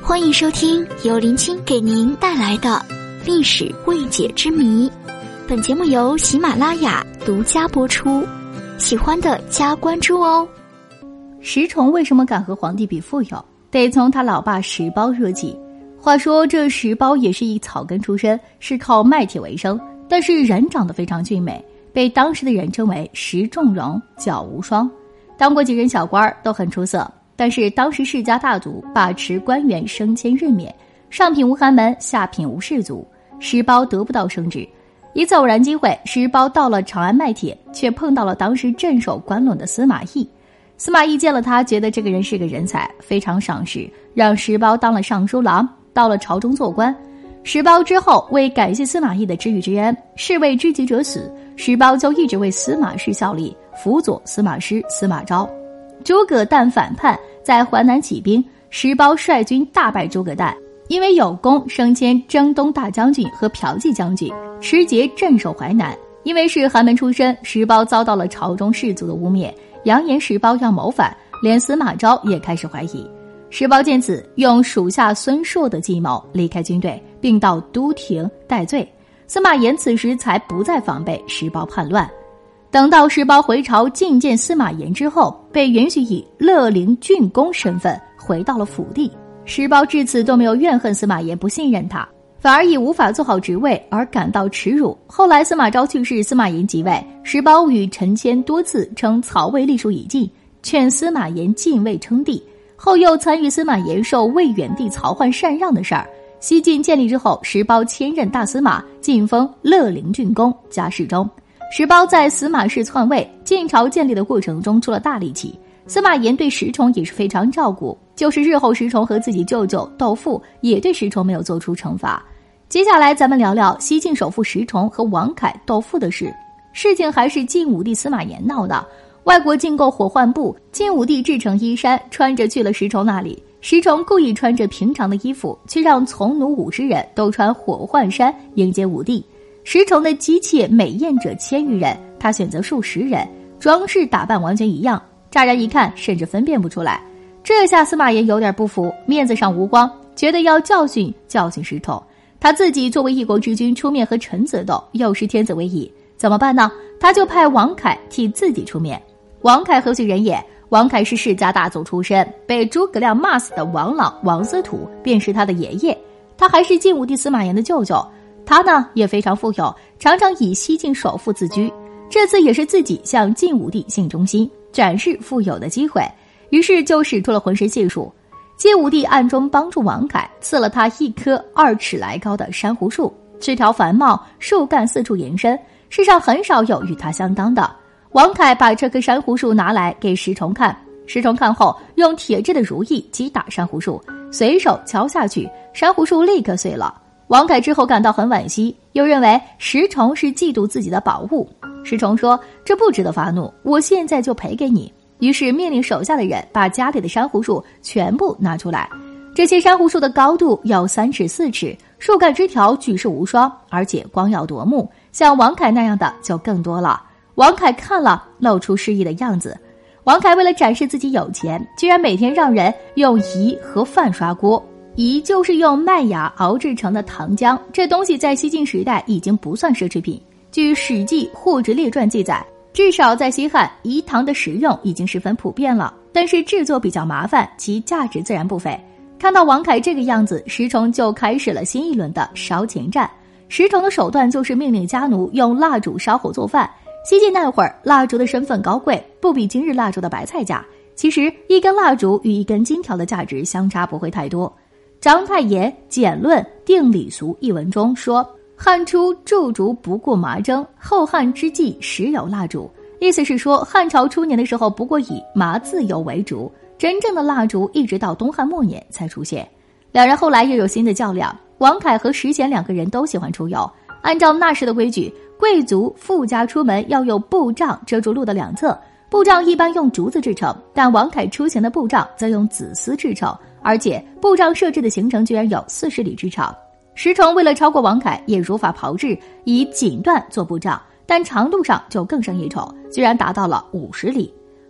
欢迎收听由林青给您带来的历史未解之谜。本节目由喜马拉雅独家播出，喜欢的加关注哦。 石崇为什么敢和皇帝比富有？得从他老爸石苞说起。话说这石苞也是一草根出身，是靠卖铁为生，但是人长得非常俊美，被当时的人称为石重容，脚无双。当过几任小官都很出色，但是当时世家大族把持官员升迁任免，上品无寒门，下品无士族，石苞得不到升职。一次偶然机会，石苞到了长安卖铁，却碰到了当时镇守关陇的司马懿。司马懿见了他，觉得这个人是个人才，非常赏识，让石苞当了尚书郎，到了朝中做官。石苞之后为感谢司马懿的知遇之恩，士为知己者死，石苞就一直为司马氏效力，辅佐司马师、司马昭。诸葛诞反叛，在淮南起兵，石苞率军大败诸葛诞，因为有功升迁征东大将军和骠骑将军，持节镇守淮南。因为是寒门出身，石苞遭到了朝中士族的污蔑，扬言石苞要谋反，连司马昭也开始怀疑。石苞见此，用属下孙硕的计谋离开军队，并到都亭戴罪。司马炎此时才不再防备石苞叛乱。等到石苞回朝觐见司马炎之后，被允许以乐陵郡公身份回到了府邸。石苞至此都没有怨恨司马炎不信任他，反而以无法做好职位而感到耻辱。后来司马昭去世，司马炎即位，石苞与陈谦多次称曹魏隶属已尽，劝司马炎进位称帝。后又参与司马炎受魏远帝曹奂禅让的事儿。西晋建立之后，石苞迁任大司马，晋封乐陵郡公，加侍中。石苞在司马氏篡位、晋朝建立的过程中出了大力气，司马炎对石崇也是非常照顾，就是日后石崇和自己舅舅窦父也对石崇没有做出惩罚。接下来咱们聊聊西晋首富石崇和王恺、窦父的事。事情还是晋武帝司马炎闹的，外国进购火浣布，晋武帝制成衣衫，穿着去了石崇那里。石崇故意穿着平常的衣服，却让从奴50人都穿火浣衫迎接武帝。石崇的姬妾美艳者1000余人，他选择数十人，装饰打扮完全一样，乍然一看甚至分辨不出来。这下司马炎有点不服，面子上无光，觉得要教训石崇。他自己作为一国之君出面和臣子斗，又是天子威仪，怎么办呢？他就派王恺替自己出面。王恺何许人也？王恺是世家大族出身，被诸葛亮骂死的王朗、王司徒便是他的爷爷。他还是晋武帝司马炎的舅舅。他呢也非常富有，常常以西晋首富自居。这次也是自己向晋武帝献忠心，展示富有的机会，于是就使出了浑身解数。晋武帝暗中帮助王恺，赐了他一棵2尺来高的珊瑚树，枝条繁茂，树干四处延伸，世上很少有与他相当的。王恺把这棵珊瑚树拿来给石崇看，石崇看后用铁制的如意击打珊瑚树，随手敲下去，珊瑚树立刻碎了。王恺之后感到很惋惜，又认为石崇是嫉妒自己的宝物。石崇说：“这不值得发怒，我现在就赔给你。”于是命令手下的人把家里的珊瑚树全部拿出来。这些珊瑚树的高度有3尺4尺，树干枝条举世无双，而且光耀夺目，像王恺那样的就更多了。王恺看了，露出失意的样子。王恺为了展示自己有钱，居然每天让人用饴和饭刷锅。饴就是用麦芽熬制成的糖浆，这东西在西晋时代已经不算奢侈品。据《史记·户殖列传》记载，至少在西汉，饴糖的食用已经十分普遍了，但是制作比较麻烦，其价值自然不菲。看到王恺这个样子，石崇就开始了新一轮的烧钱战。石崇的手段就是命令家奴用蜡烛烧火做饭。西晋那会儿，蜡烛的身份高贵，不比今日蜡烛的白菜价。其实一根蜡烛与一根金条的价值相差不会太多。章太炎《简论定礼俗》一文中说，汉初铸烛不过麻征，后汉之际时有蜡烛。意思是说，汉朝初年的时候不过以麻自由为主，真正的蜡烛一直到东汉末年才出现。两人后来又有新的较量，王恺和石显2个人都喜欢出游。按照那时的规矩，贵族富家出门要有布帐遮住路的2侧，布帐一般用竹子制成，但王恺出行的布帐则用紫丝制成，而且布帐设置的行程居然有40里之长。石崇为了超过王恺，也如法炮制，以锦缎做布帐，但长度上就更胜一筹，居然达到了50里。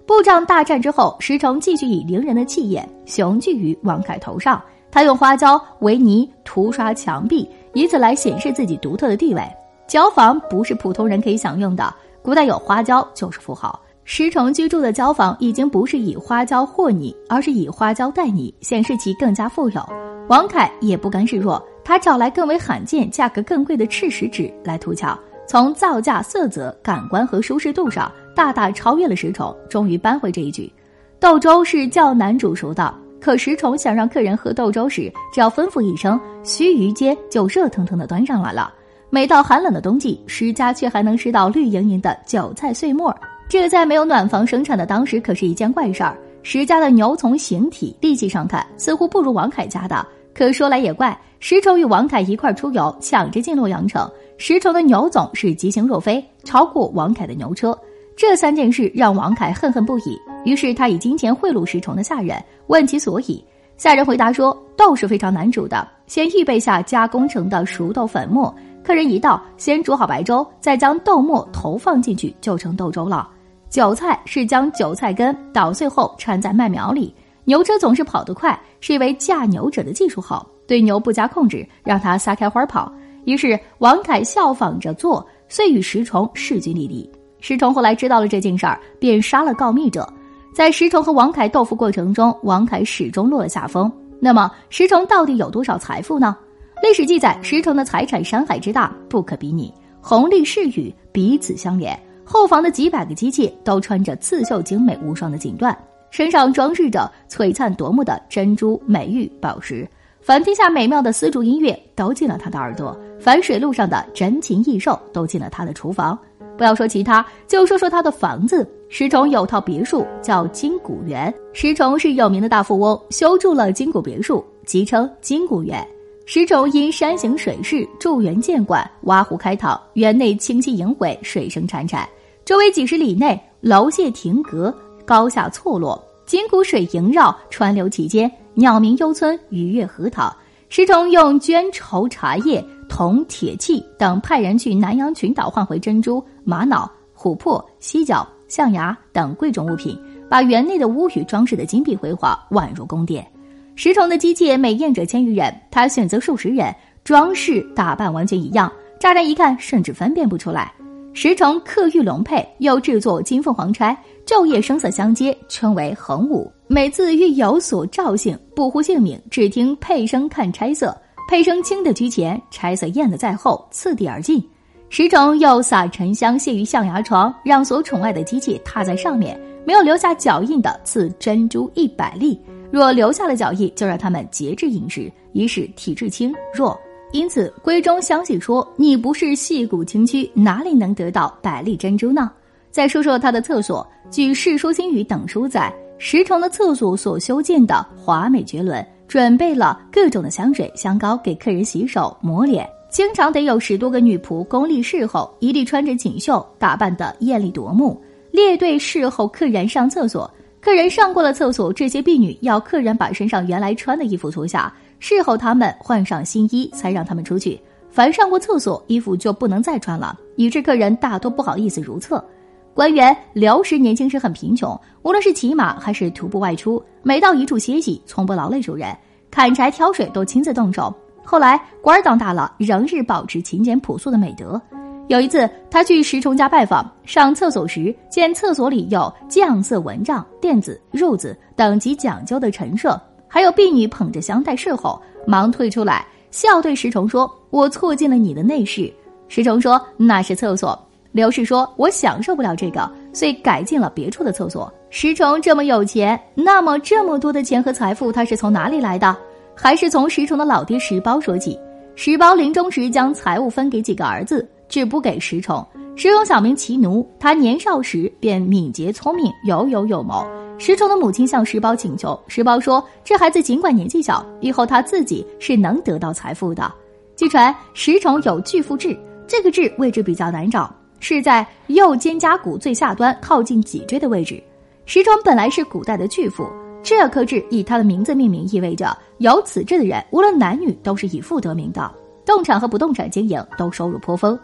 布帐大战之后，石崇继续以凌人的气焰雄踞于王凯头上。他用花椒、维尼涂刷墙壁，以此来显示自己独特的地位。椒房不是普通人可以享用的，古代有花椒就是富豪。石崇居住的椒房已经不是以花椒和泥，而是以花椒代泥，显示其更加富有。王凯也不甘示弱，他找来更为罕见、价格更贵的赤石纸来涂墙，从造价、色泽、感官和舒适度上大大超越了石崇，终于扳回这一局。豆粥是较难煮熟的，可石崇想让客人喝豆粥时，只要吩咐一声，须臾间就热腾腾地端上来了。每到寒冷的冬季，石家却还能吃到绿莹莹的韭菜碎末，这在没有暖房生产的当时可是一件怪事儿。石家的牛从形体、力气上看，似乎不如王凯家的。可说来也怪，石崇与王凯一块出游，抢着进洛阳城。石崇的牛总是疾行若飞，超过王凯的牛车。这3件事让王凯恨恨不已，于是他以金钱贿赂石崇的下人，问其所以。下人回答说，豆是非常难煮的，先预备下加工成的熟豆粉末，客人一到，先煮好白粥，再将豆末投放进去，就成豆粥了。韭菜是将韭菜根捣碎后掺在麦苗里。牛车总是跑得快，是因为驾牛者的技术好，对牛不加控制，让它撒开花跑。于是王凯效仿着做，遂与石崇势均力敌。石崇后来知道了这件事儿，便杀了告密者。在石崇和王凯斗富过程中，王凯始终落了下风。那么石崇到底有多少财富呢？历史记载，石崇的财产山海之大，不可比拟，红利势宇彼此相连。后房的几百个机器都穿着刺绣精美无双的锦缎，身上装饰着璀璨夺目的珍珠、美玉、宝石。凡天下美妙的丝竹音乐都进了他的耳朵，凡水路上的珍禽异兽都进了他的厨房。不要说其他，就说说他的房子。石崇有套别墅叫金谷园，石崇是有名的大富翁，修筑了金谷别墅，即称金谷园。石崇因山形水势，筑园建馆，挖湖开塘，园内清溪萦回，水声潺潺。周围几十里内，楼榭亭阁，高下错落，金谷水萦绕，川流其间，鸟鸣幽村，鱼跃荷塘。石崇用绢绸、茶叶、铜、铁器等派人去南洋群岛换回珍珠、玛瑙、琥珀、犀角、象牙等贵重物品，把园内的屋宇装饰得金碧辉煌，宛如宫殿。石崇的机械每验者1000余人，他选择数十人，装饰打扮完全一样，乍然一看甚至分辨不出来。石崇刻玉龙佩，又制作金凤凰钗，昼夜声色相接，称为横舞。每次欲有所召兴，不呼姓名，只听佩声看钗色，佩声轻的居前，钗色艳的在后，次第而进。石崇又撒沉香卸于象牙床，让所宠爱的机器踏在上面，没有留下脚印的赐珍珠100粒，若留下了脚印，就让他们节制饮食，以使体质轻弱。因此闺中相戏说，你不是细骨轻躯，哪里能得到100粒珍珠呢？再说说他的厕所，据《世说新语》等书载，石崇的厕所所修建的华美绝伦，准备了各种的香水、香膏给客人洗手、抹脸，经常得有10多个女仆恭立侍候，一律穿着锦绣，打扮得艳丽夺目，列队侍候客人上厕所。客人上过了厕所，这些婢女要客人把身上原来穿的衣服脱下，侍候他们换上新衣，才让他们出去。凡上过厕所，衣服就不能再穿了，以致客人大多不好意思如厕。官员刘氏年轻时很贫穷，无论是骑马还是徒步外出，每到一处歇息，从不劳累主人，砍柴挑水都亲自动手。后来官当大了，仍是保持勤俭朴素的美德。有一次他去石崇家拜访，上厕所时见厕所里有酱色蚊帐、垫子、褥子等极讲究的陈设，还有婢女捧着香袋侍候，忙退出来，笑对石崇说，我错进了你的内室。石崇说，那是厕所。刘氏说，我享受不了这个，遂改进了别处的厕所。石崇这么有钱，那么这么多的钱和财富他是从哪里来的？还是从石崇的老爹石苞说起。石苞临终时将财物分给几个儿子，只不给石崇。石崇小名齐奴，他年少时便敏捷聪明，有谋。石崇的母亲向石苞请求，石苞说，这孩子尽管年纪小，以后他自己是能得到财富的。据传石崇有巨富痣，这个痣位置比较难找，是在右肩胛骨最下端靠近脊椎的位置。石崇本来是古代的巨富，这颗痣以他的名字命名，意味着有此痣的人无论男女都是以富得名的，动产和不动产经营都收入颇丰。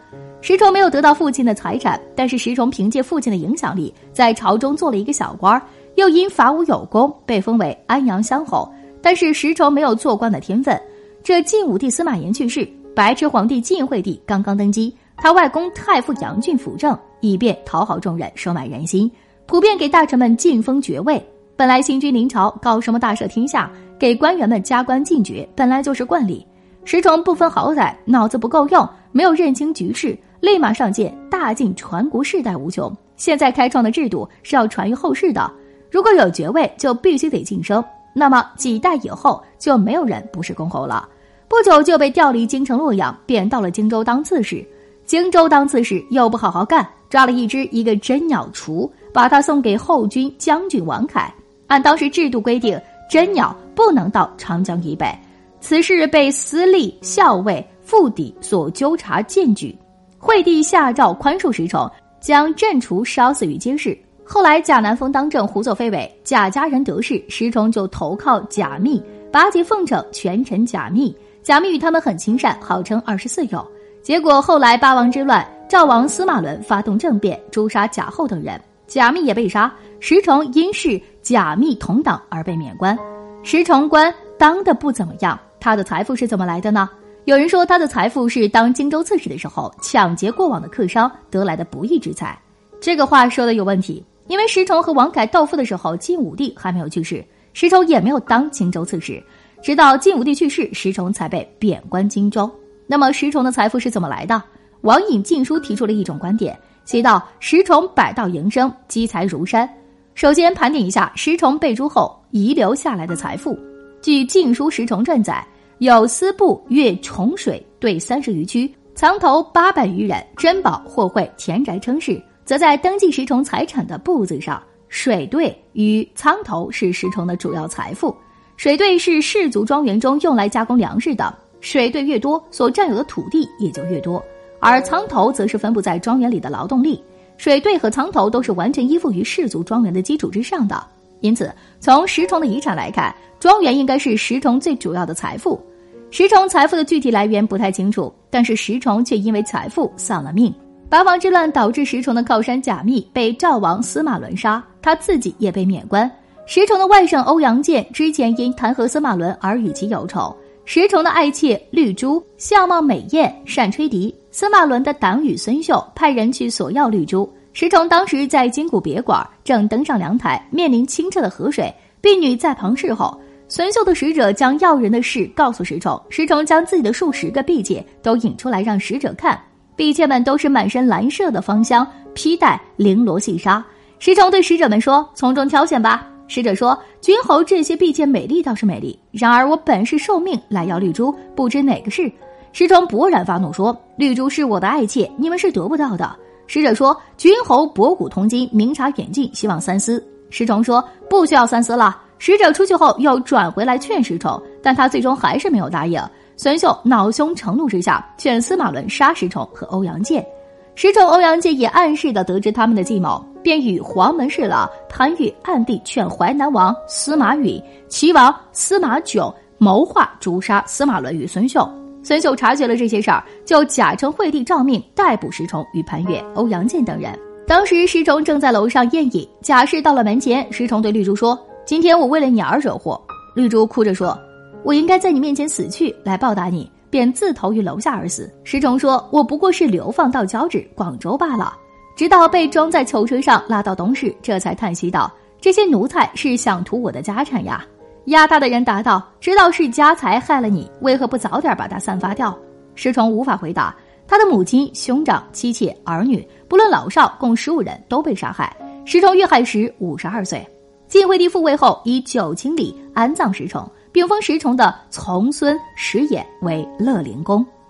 石崇没有得到父亲的财产，但是石崇凭借父亲的影响力，在朝中做了一个小官，又因伐吴有功，被封为安阳乡侯。但是石崇没有做官的天分。这晋武帝司马炎去世，白痴皇帝晋惠帝刚刚登基，他外公太傅杨俊辅政，以便讨好众人，收买人心，普遍给大臣们晋封爵位。本来新君临朝，搞什么大赦天下，给官员们加官进爵，本来就是惯例。石崇不分好歹，脑子不够用，没有认清局势，立马上谏大晋传国世代无穷，现在开创的制度是要传于后世的，如果有爵位就必须得晋升，那么几代以后就没有人不是公侯了。不久就被调离京城洛阳，贬到了荆州当刺史。荆州当刺史又不好好干，抓了一个真鸟雏，把他送给后军将军王凯。按当时制度规定，真鸟不能到长江以北，此事被司隶、校尉、副抵所纠察荐举。惠帝下诏宽恕石崇，将镇厨烧死于街市。后来贾南风当政，胡作非为，贾家人得势，石崇就投靠贾密，巴结奉承权臣贾密。贾密与他们很亲善，号称24友。结果后来八王之乱，赵王司马伦发动政变，诛杀贾后等人，贾密也被杀。石崇因是贾密同党而被免官。石崇官当的不怎么样，他的财富是怎么来的呢？有人说他的财富是当荆州刺史的时候抢劫过往的客商得来的不义之财。这个话说的有问题，因为石崇和王凯斗富的时候，晋武帝还没有去世，石崇也没有当荆州刺史，直到晋武帝去世，石崇才被贬官荆州。那么石崇的财富是怎么来的？王隐晋书提出了一种观点，写道：石崇百道营生，积财如山。首先盘点一下石崇被诛后遗留下来的财富。据晋书石崇传载，有司部越崇水对30余区，藏头800余人，珍宝货柜田宅称氏，则在登记石崇财产的簿子上，水队与仓头是石崇的主要财富。水队是氏族庄园中用来加工粮食的，水队越多，所占有的土地也就越多，而仓头则是分布在庄园里的劳动力。水队和仓头都是完全依附于氏族庄园的基础之上的，因此从石崇的遗产来看，庄园应该是石崇最主要的财富。石崇财富的具体来源不太清楚，但是石崇却因为财富丧了命。八王之乱导致石崇的靠山贾密被赵王司马伦杀，他自己也被免官。石崇的外甥欧阳建之前因弹劾司马伦而与其有仇。石崇的爱妾绿珠相貌美艳，善吹笛。司马伦的党羽孙秀派人去索要绿珠。石崇当时在金谷别馆，正登上凉台，面临清澈的河水，婢女在旁侍候。孙秀的使者将要人的事告诉石崇，石崇将自己的数10个婢妾都引出来让使者看。婢妾们都是满身蓝色的芳香，披带绫罗细纱。石崇对使者们说：“从中挑选吧。”使者说：“君侯这些婢妾美丽倒是美丽，然而我本是受命来要绿珠，不知哪个是。”石崇勃然发怒说：“绿珠是我的爱妾，你们是得不到的。”使者说：“君侯博古通今，明察远近，希望三思。”石崇说：“不需要三思了。”使者出去后又转回来劝石崇，但他最终还是没有答应。孙秀恼羞成怒之下，劝司马伦杀石崇和欧阳建。石崇、欧阳建也暗示地得知他们的计谋，便与黄门侍郎谭玉暗地劝淮南王司马允、齐王司马炯谋划诛杀司马伦与孙秀。孙秀察觉了这些事儿，就假称惠帝诏命逮捕石崇与潘岳、欧阳建等人。当时石崇正在楼上宴饮，贾氏到了门前，石崇对绿珠说：“今天我为了你而惹祸。”绿珠哭着说：“我应该在你面前死去来报答你。”便自投于楼下而死。石崇说：“我不过是流放到交趾、广州罢了。”直到被装在囚车上拉到东市，这才叹息道：“这些奴才是想图我的家产呀。”押他的人答道：“知道是家财害了你，为何不早点把它散发掉？”石崇无法回答。他的母亲、兄长、妻妾、儿女，不论老少，共15人都被杀害。石崇遇害时52岁。晋惠帝复位后，以9清礼安葬石崇，并封石崇的从孙石衍为乐陵公。